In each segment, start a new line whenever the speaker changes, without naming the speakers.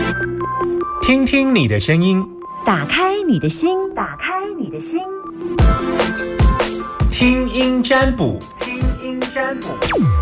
听听你的声音，
打开你的心，打开你的心，
听音占卜，听音占卜。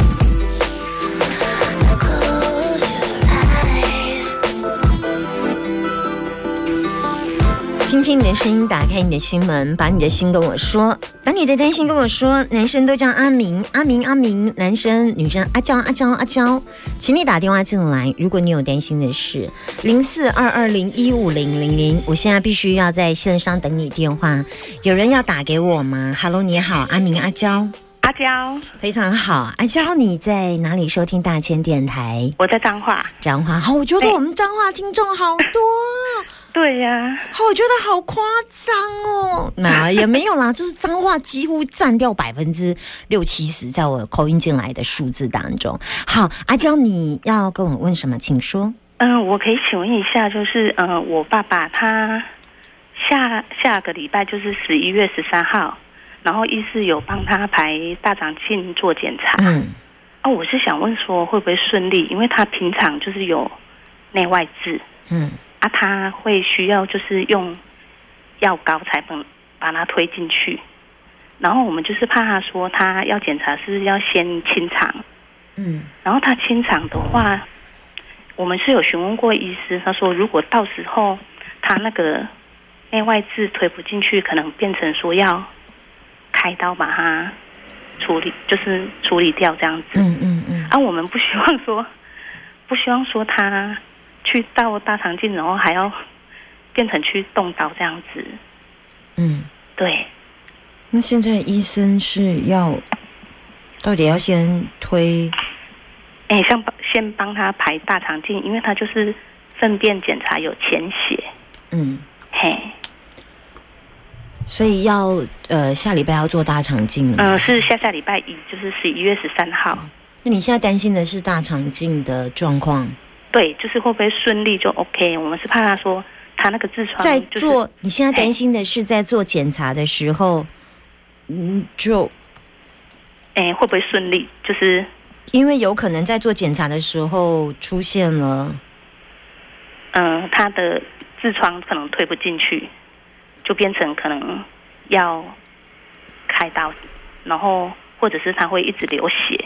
听听你的声音，打开你的心门，把你的心跟我说，把你的担心跟我说。男生都叫阿明，阿明，阿明；男生、女生阿娇，阿娇，阿娇。请你打电话进来，如果你有担心的事，0422015000。我现在必须要在线上等你电话。有人要打给我吗 ？Hello， 你好，阿明，阿娇。
阿娇，
非常好。阿娇，你在哪里收听大千电台？
我在彰化。
彰化，好，我觉得我们彰化听众好多。
对呀，
好，我觉得好夸张哦。那也没有啦，就是彰化几乎占掉60%-70%在我口音进来的数字当中。好，阿娇，你要跟我问什么？请说。
我可以请问一下，就是我爸爸他下个礼拜就是11月13号，然后医师有帮他排大肠镜做检查。我是想问说会不会顺利，因为他平常就是有内外痔。他会需要就是用药膏才能把它推进去，然后我们就是怕他说他要检查是要先清肠，然后他清肠的话，我们是有询问过医师，他说如果到时候他那个内外痔推不进去，可能变成说要开刀把它处理，就是处理掉这样子。我们不希望说他去到大肠镜，然后还要变成去动刀这样子。对。
那现在医生到底要先推？
先帮他排大肠镜，因为他就是粪便检查有潜血。
所以要下礼拜要做大肠镜了。
是下礼拜一，就是11月13号。
那你现在担心的是大肠镜的状况？
对，就是会不会顺利就 OK。我们是怕他说他那个痔疮
在做，你现在担心的是在做检查的时候，就
会不会顺利？就是
因为有可能在做检查的时候出现了，
他的痔疮可能推不进去，就变成可能要开刀，然后或者是他会一直流血。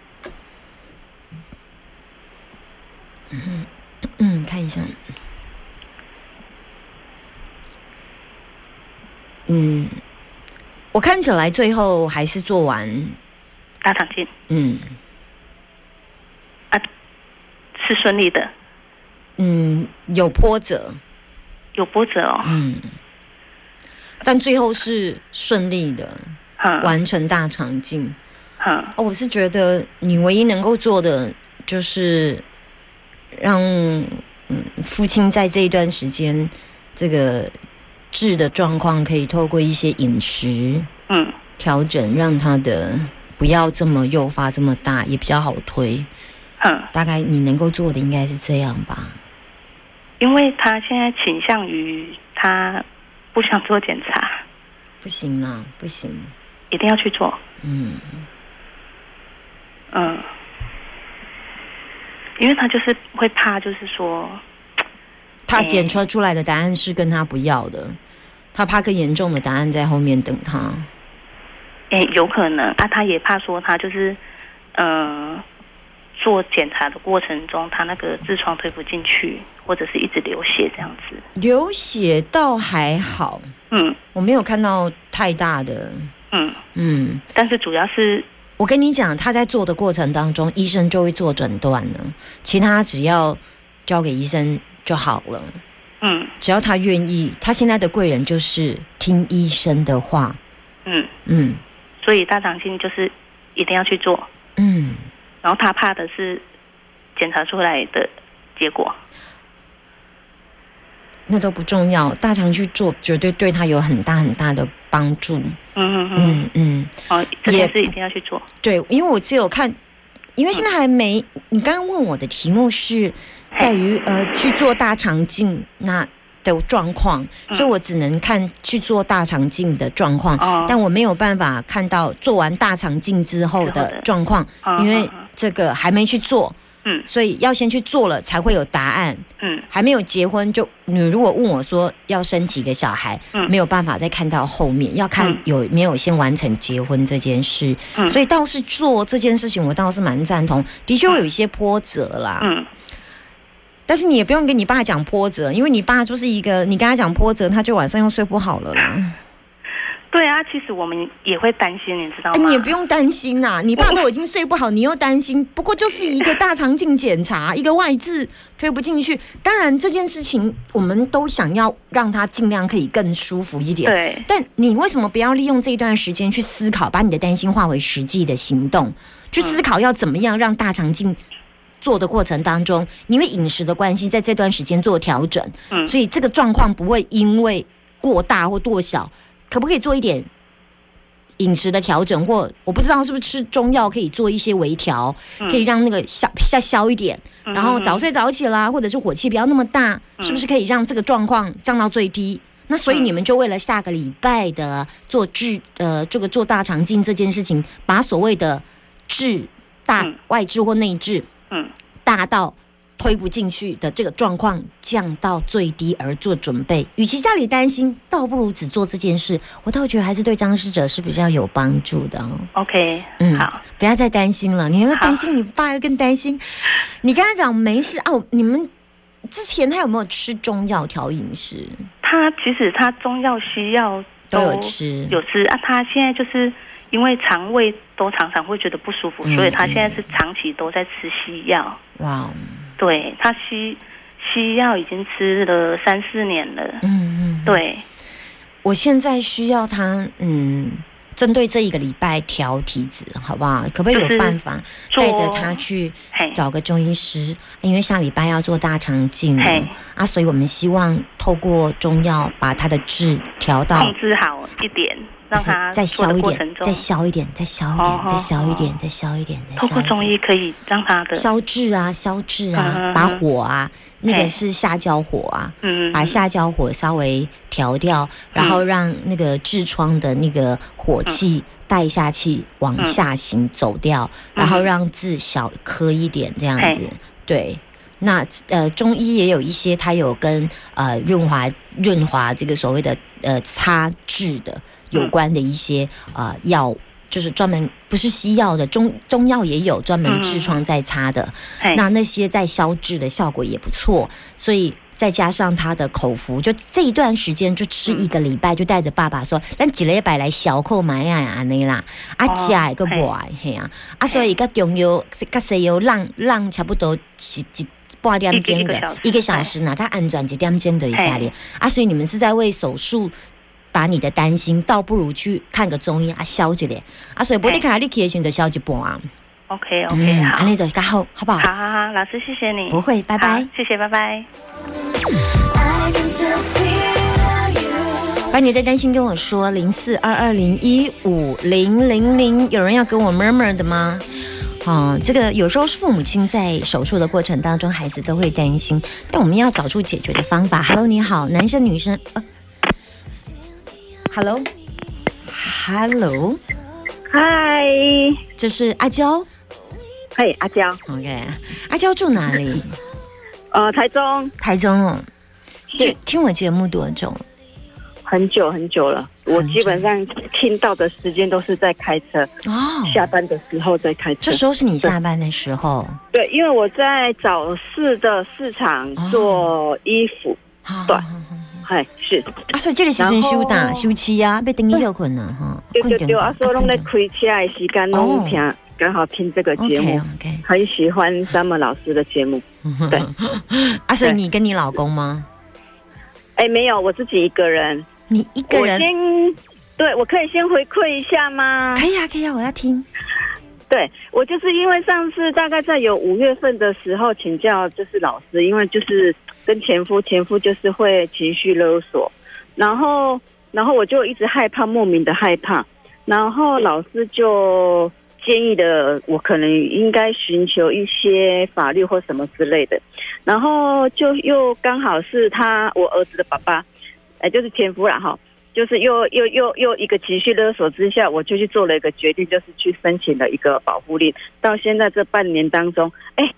看一下。我看起来最后还是做完
大肠镜。是顺利的。
有波折。
有波折哦。
但最后是顺利的，完成大肠镜。我是觉得你唯一能够做的就是让父亲在这一段时间，这个痔的状况可以透过一些饮食调整，让他的不要这么诱发这么大，也比较好推。大概你能够做的应该是这样吧。
因为他现在倾向于他不想做检查。
不行啦，不行，
一定要去做。因为他就是会怕，就是说
怕检测出来的答案是跟他不要的，他怕更严重的答案在后面等他。
有可能他也怕说他就是做检查的过程中，他那个痔疮推不进去，或者是一直流血这样子。
流血倒还好，我没有看到太大的，
但是主要是。
我跟你讲，他在做的过程当中，医生就会做诊断了，其他只要交给医生就好了。只要他愿意，他现在的贵人就是听医生的话。
所以大肠镜就是一定要去做。然后他怕的是检查出来的结果。
那都不重要，大肠去做绝对对他有很大很大的帮助。
这件事一定要去做。
对，因为我只有看，因为现在还没。你刚刚问我的题目是在于去做大肠镜那的状况，所以我只能看去做大肠镜的状况，但我没有办法看到做完大肠镜之后的状况，因为这个还没去做。 所以要先去做了才会有答案。还没有结婚就你如果问我说要生几个小孩，没有办法再看到后面，要看有没有先完成结婚这件事。所以倒是做这件事情，我倒是蛮赞同，的确会有一些波折啦。但是你也不用跟你爸讲波折，因为你爸就是一个，你跟他讲波折，他就晚上又睡不好了啦。
对啊，其实我们也会担心，你知道吗？
你也不用担心啦，你爸都已经睡不好，你又担心，不过就是一个大肠镜检查，一个外痔推不进去。当然这件事情我们都想要让他尽量可以更舒服一点。
对。
但你为什么不要利用这段时间去思考，把你的担心化为实际的行动，去思考要怎么样让大肠镜做的过程当中，因为饮食的关系，在这段时间做调整，所以这个状况不会因为过大或过小。可不可以做一点饮食的调整，或我不知道是不是吃中药可以做一些微调，可以让那个消一点，然后早睡早起啦，或者是火气不要那么大，是不是可以让这个状况降到最低？那所以你们就为了下个礼拜的做这个做大肠镜这件事情，把所谓的大外痔或内痔，大到推不进去的这个状况降到最低而做准备，与其家里担心，倒不如只做这件事。我倒觉得还是对当事者是比较有帮助的。
OK， 好，
不要再担心了。你有没有担心？你爸又更担心。你跟他讲没事哦。你们之前他有没有吃中药调饮食？
其实他中药西药
都有吃
啊。他现在就是因为肠胃都常常会觉得不舒服，所以他现在是长期都在吃西药。哇。对，他西药已经吃了3-4年了。对。
我现在需要他，针对这一个礼拜调体质，好不好？可不可以有办法带着他去找个中医师？因为下礼拜要做大肠镜啊，所以我们希望透过中药把他的质调到
控制好一点。让它
再消一点，再消一点，再消一点，再消一点，再消一点，再消一点。
透过中医可以让它的
消滞啊，把火啊，那个是下焦火啊，把下焦火稍微调掉，然后让那个痔疮的那个火气带下去往下行走掉，然后让痔小颗一点这样子，对。那中医也有一些，它有跟润滑这个所谓的擦痔的有关的一些药，就是专门不是西药的，中药也有专门痔疮在擦的，那些在消痔的效果也不错，所以再加上他的口服，就这一段时间就吃1个礼拜，就带着爸爸说，咱1礼拜来小扣买啊安尼啦，吃一个不爱嘿啊，所以个中药跟西药让差不多是半点钟的1个小时呢，它安全1点钟的以下哩所以你们是在为手术把你的担心，倒不如去看个中医消一点所以不得看你去的时候就消一半
OK， 好，
安尼就较好，好不好？
好，老师谢谢你。
不会，拜拜。
谢谢，拜拜。
把你的担心跟我说，0422015000，有人要跟我 murmur 的吗？这个有时候是父母亲在手术的过程当中，孩子都会担心，但我们要找出解决的方法。Hello， 你好，男生女生？Hello，
嗨，
这是阿娇。
嘿，阿娇。
OK， 阿娇住哪里？
台中。
台中哦。听我节目多久？
很久了，我基本上听到的时间都是在开车下班的时候在开车。
这时候是你下班的时候？
对，因为我在早市的市场做衣服。对，是。
所以这个时阵休息啊，要等你休困啊，哈。
对，所以拢在开车的时间拢听，刚好听这个节目，很喜欢 Summer 老师的节目。对。
所以你跟你老公吗？
没有，我自己一个人。
你一个人？
我可以先回馈一下吗？
可以啊，我要听。
对，我就是因为上次大概在有5月份的时候请教就是老师，因为就是跟前夫就是会情绪勒索，然后我就一直害怕，莫名的害怕，然后老师就建议的我可能应该寻求一些法律或什么之类的，然后就又刚好是我儿子的爸爸，就是前夫啦哈，就是又一个情绪勒索之下，我就去做了一个决定，就是去申请了一个保护令。到现在这半年当中，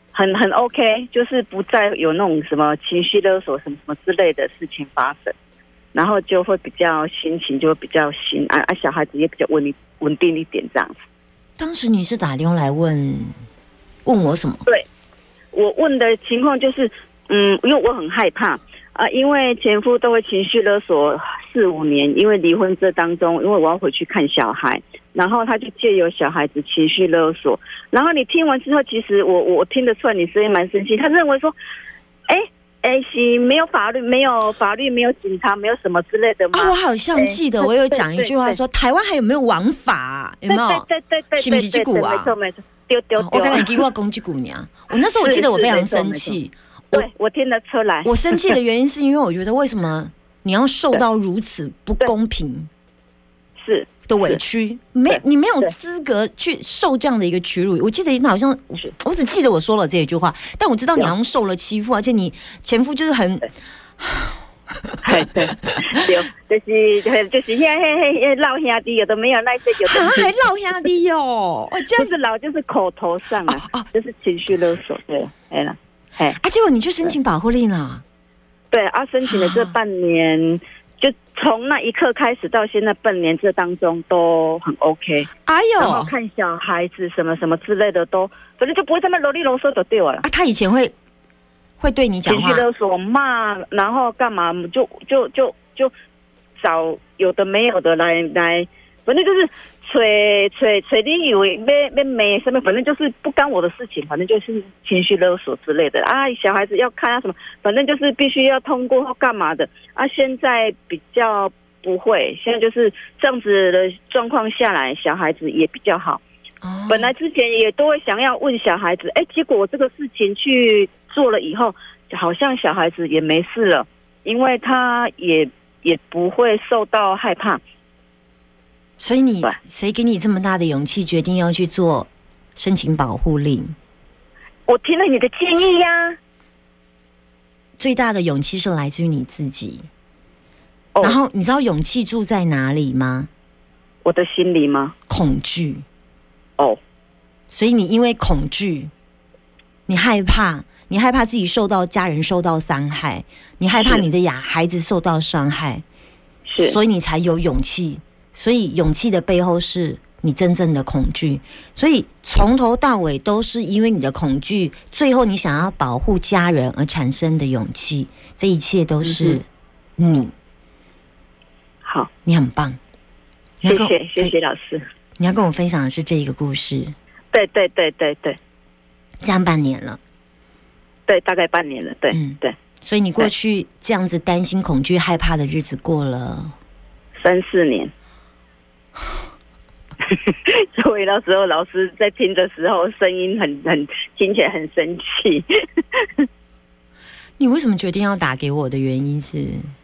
很 OK， 就是不再有那种什么情绪勒索什么什么之类的事情发生，然后就会比较心情就会比较心安啊，小孩子也比较稳定一点这样子。
当时你是打电话来问我什么？
对，我问的情况就是，因为我很害怕啊，因为前夫都会情绪勒索4-5年，因为离婚这当中，因为我要回去看小孩，然后他就借由小孩子情绪勒索，然后你听完之后，其实我听得出来你声音蛮生气，他认为说，是没有法律，没有警察，没有什么之类的吗？
我好像记得我有讲一句话说，台湾还有没有王法？有没有？
对，
是不是这股啊？
没错，丢。
我刚才给我攻击姑娘，我那时候我记得我非常生气。
对，我听得出来。
我生气的原因是因为我觉得为什么你要受到如此不公平的委屈？你没有资格去受这样的一个屈辱。我记得好像我只记得我说了这一句话，但我知道你好像受了欺负，而且你前夫就是很。
对，就是老兄弟有的没有那些有的
还老兄弟哦，
不是老就是口头上就是情绪勒索，对了。
结果你去申请保护令了？
对啊，申请了这半年，就从那一刻开始到现在半年这当中都很 OK。然后看小孩子什么什么之类的都，反正就不会这么啰里啰嗦就对了。
他以前会对你讲话，
情绪勒索骂，然后干嘛就找有的没有的来，反正就是。吹你以为要没什么，反正就是不干我的事情，反正就是情绪勒索之类的啊。小孩子要看啊什么，反正就是必须要通过或干嘛的啊。现在比较不会，现在就是这样子的状况下来，小孩子也比较好。本来之前也都会想要问小孩子，结果我这个事情去做了以后，好像小孩子也没事了，因为他也不会受到害怕。
所以谁给你这么大的勇气，决定要去做申请保护令？
我听了你的建议呀。
最大的勇气是来自于你自己。然后你知道勇气住在哪里吗？
我的心里吗？
恐惧。所以你因为恐惧，你害怕自己家人受到伤害，你害怕你的孩子受到伤害，所以你才有勇气。所以勇气的背后是你真正的恐惧，所以从头到尾都是因为你的恐惧，最后你想要保护家人而产生的勇气，这一切都是你。
好，
你很棒，
谢谢老师。
你要跟我分享的是这一个故事。
对，
这样半年了。
对，大概半年了。对，对。
所以你过去这样子担心、恐惧、害怕的日子过了
3-4年。所以那时候老师在听的时候，声音很听起来很生气。
你为什么决定要打给我的原因是？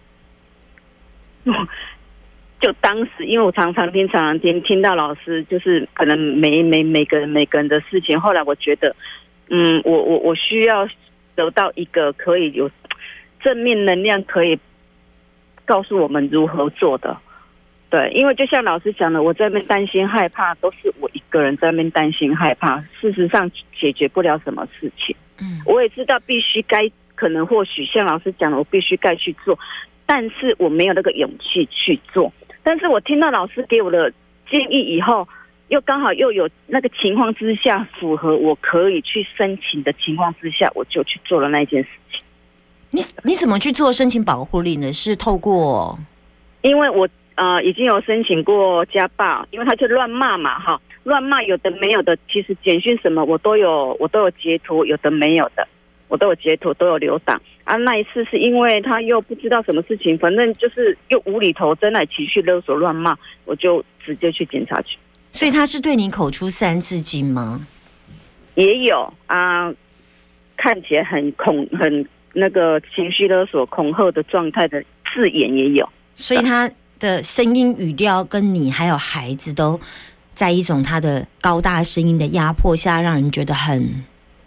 就当时，因为我常常听到老师，就是可能每个人的事情。后来我觉得，我需要得到一个可以有正面能量，可以告诉我们如何做的。对，因为就像老师讲的，我在那边担心害怕，都是我一个人在那边担心害怕，事实上解决不了什么事情。我也知道必须可能或许像老师讲的，我必须该去做，但是我没有那个勇气去做。但是我听到老师给我的建议以后，又刚好又有那个情况之下符合我可以去申请的情况之下，我就去做了那件事情。
你怎么去做申请保护令呢？是透过？
因为我已经有申请过家暴，因为他就乱骂嘛，乱骂有的没有的，其实简讯什么我都有截图，有的没有的我都有截图，都有留档啊。那一次是因为他又不知道什么事情，反正就是又无厘头在那里情绪勒索乱骂，我就直接去警察局。
所以他是对你口出三字经吗？
也有啊，看起来很那个情绪勒索恐吓的状态的字眼也有，
所以他的声音语调跟你还有孩子都在一种他的高大声音的压迫下，让人觉得很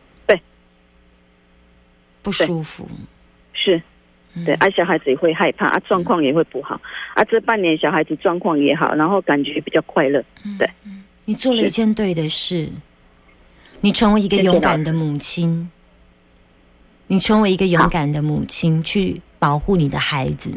不舒服。
是，对，小孩子也会害怕状况也会不好这半年小孩子状况也好，然后感觉比较快乐。对，
你做了一件对的事， 你成为一个勇敢的母亲，你成为一个勇敢的母亲，去保护你的孩子。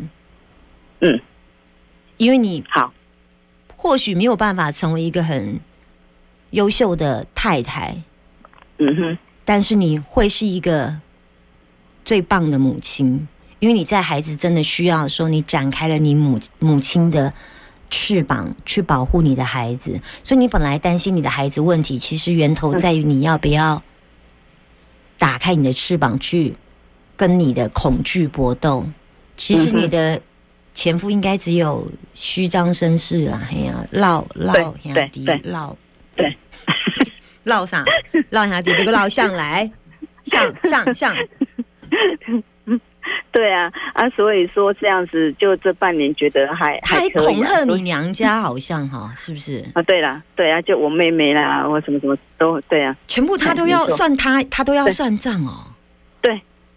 因为你或许没有办法成为一个很优秀的太太，但是你会是一个最棒的母亲，因为你在孩子真的需要的时候，你展开了你母亲的翅膀去保护你的孩子。所以你本来担心你的孩子问题，其实源头在于你要不要打开你的翅膀去跟你的恐惧搏斗。其实你的前夫应该只有虚张声势啦，嘿呀，绕兄弟，绕啥？绕兄弟，别个绕上来，上。
对啊，所以说这样子，就这半年觉得还可以。
他还恐吓你娘家，好像哈，是不是？
对啦，对啊，就我妹妹啦，我什么都对啊，
全部他都要算他都要算账哦。
对。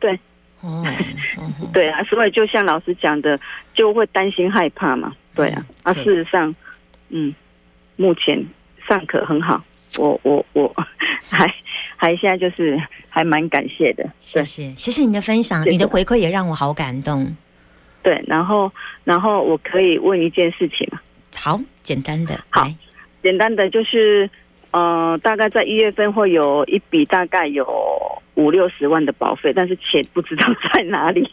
对啊，所以就像老师讲的，就会担心害怕嘛。对啊，事实上，目前尚可很好。我还现在就是还蛮感谢的。
谢谢你的分享，你的回馈也让我好感动。
对，然后我可以问一件事情吗？
好，简单的，
好，简单的就是，大概在1月份会有一笔大概有50-60万的保费，但是钱不知道在哪里。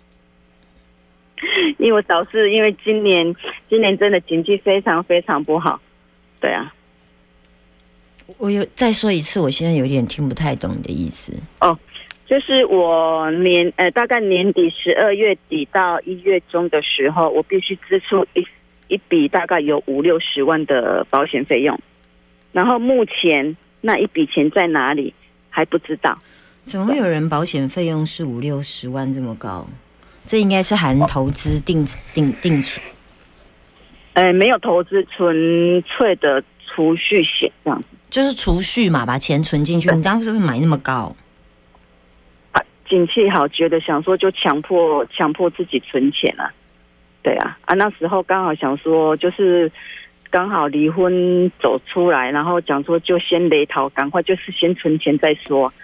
因为我导致，因为今年真的经济非常非常不好。对啊。
我再说一次，我现在有点听不太懂你的意思。
就是我大概年底12月底到1月中的时候，我必须支出一笔大概有50-60万的保险费用，然后目前那一笔钱在哪里还不知道。
怎么会有人保险费用是50-60万这么高？这应该是含投资定存。
没有投资，纯粹的储蓄险这样子。
就是储蓄嘛，把钱存进去。你当时会买那么高？
景气好，觉得想说就强迫自己存钱啊。对啊，那时候刚好想说，就是刚好离婚走出来，然后讲说就先雷逃，赶快就是先存钱再说。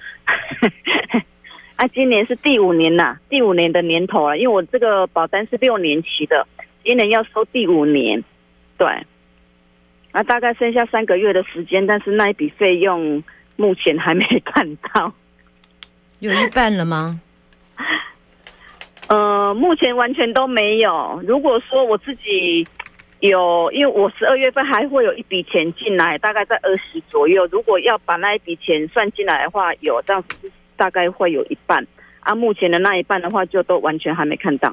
今年是第5年啦，第5年的年头了，因为我这个保单是6年期的，今年要收第5年，对。大概剩下3个月的时间，但是那一笔费用目前还没看到。
有一半了吗？
目前完全都没有。如果说我自己有，因为我12月份还会有一笔钱进来，大概在20左右。如果要把那一笔钱算进来的话，有这样子大概会有一半。目前的那一半的话，就都完全还没看到。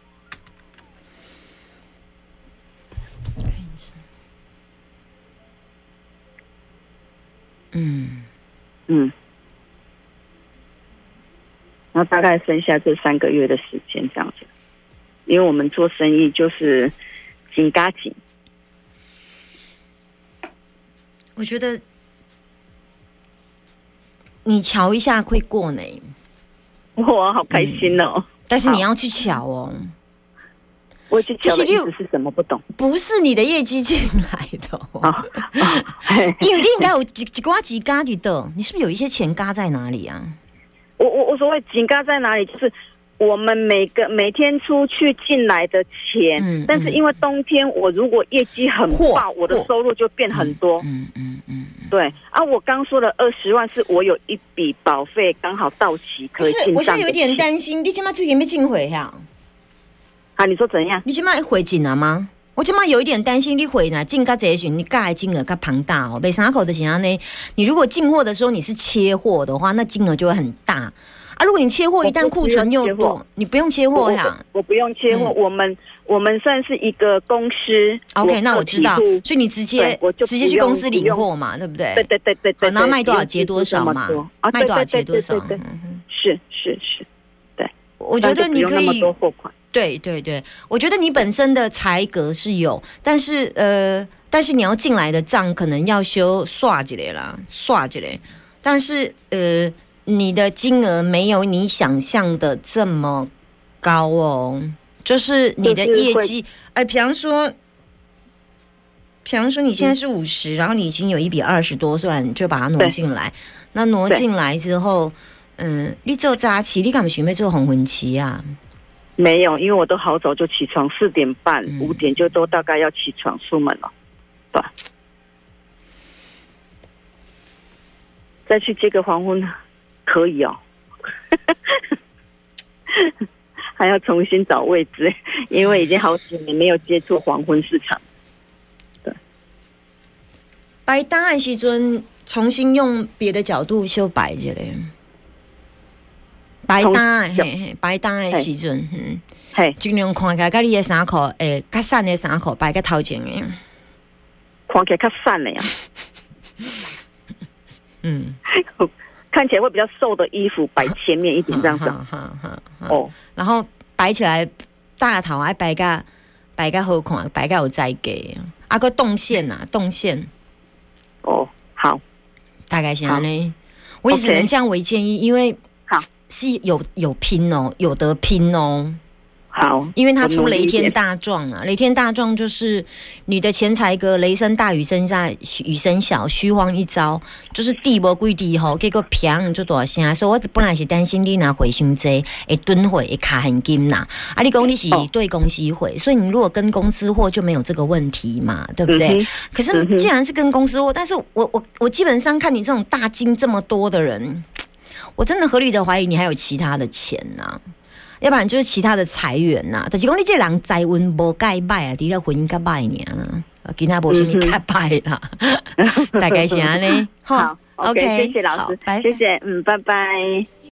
然后大概剩下这3个月的时间这样子，因为我们做生意就是紧嘎紧。
我觉得你瞧一下会过呢，
我好开心哦！
但是你要去瞧哦。
我去瞧的意思是什么？不懂。
不是你的业绩进来的因为你应该有几嘎的，你是不是有一些钱嘎在哪里啊？
我所谓紧嘎在哪里，就是我们每天出去进来的钱，但是因为冬天我如果业绩很爆，我的收入就变很多。对我刚说的20万是我有一笔保费刚好到期可以进账的钱。
我现在有点担心，你现在最近没进回呀？
你说怎样？
你现在回进了吗？我现在有一点担心，你回呢进到这些，你盖金额较庞大哦。北三口的钱呢，你如果进货的时候你是切货的话，那金额就会很大如果你切货，一旦库存又多，你不用切货呀。
我不用切货，我们算是一个公司。
OK， 那我知道，所以你直接去公司领货嘛，对不对？
对。
然后卖多少结多少嘛，卖多少结多少。
是，对。
我觉得你可以。对，我觉得你本身的财格是有，但是你要进来的账可能要刷一下，但是你的金额没有你想象的这么高哦，就是你的业绩，比方说比方说你现在是50，然后你已经有一笔20多万，就把它挪进来。那挪进来之后，你做早起，你干嘛想要做黄昏期啊？
没有，因为我都好早就起床，4点半、5点就都大概要起床出门了，对吧？再去接个黄昏，可以哦。还要重新找位置，因为已经好几年没有接触黄昏市场。对，
摆单的时阵，重新用别的角度修摆一下嘞。摆单的，摆单的时阵，尽量看起来，甲你的衫裤，较瘦的衫裤摆个头前的，
看起来较瘦的呀。看起来会比较瘦的衣服摆前面一点，这样子。
哦，然后摆起来大头还摆个好看，摆个有在给啊个动线呐，动线。
哦，好，
大概是这样。我也只能这样为建议，因为是有拼哦，有得拼哦。
好，
因为他出雷天大壮啊，雷天大壮就是你的钱财阁，雷声大雨声大，雨声小，虚晃一招，就是地无归地吼，结果砰就大声。所以我本来是担心你拿回伤济，会蹲会会卡很金呐。啊，你讲你是对公司会，所以你如果跟公司货就没有这个问题嘛，对不对？可是既然是跟公司货，但是我基本上看你这种大金这么多的人，我真的合理的怀疑你还有其他的钱呐。要不然就是其他的财源呐，就是讲你这人财运无介歹啊，除了婚姻较歹尔啦，其他无什么较歹啦，大概是安尼。
好 ，OK， 谢谢老师，谢谢，拜拜。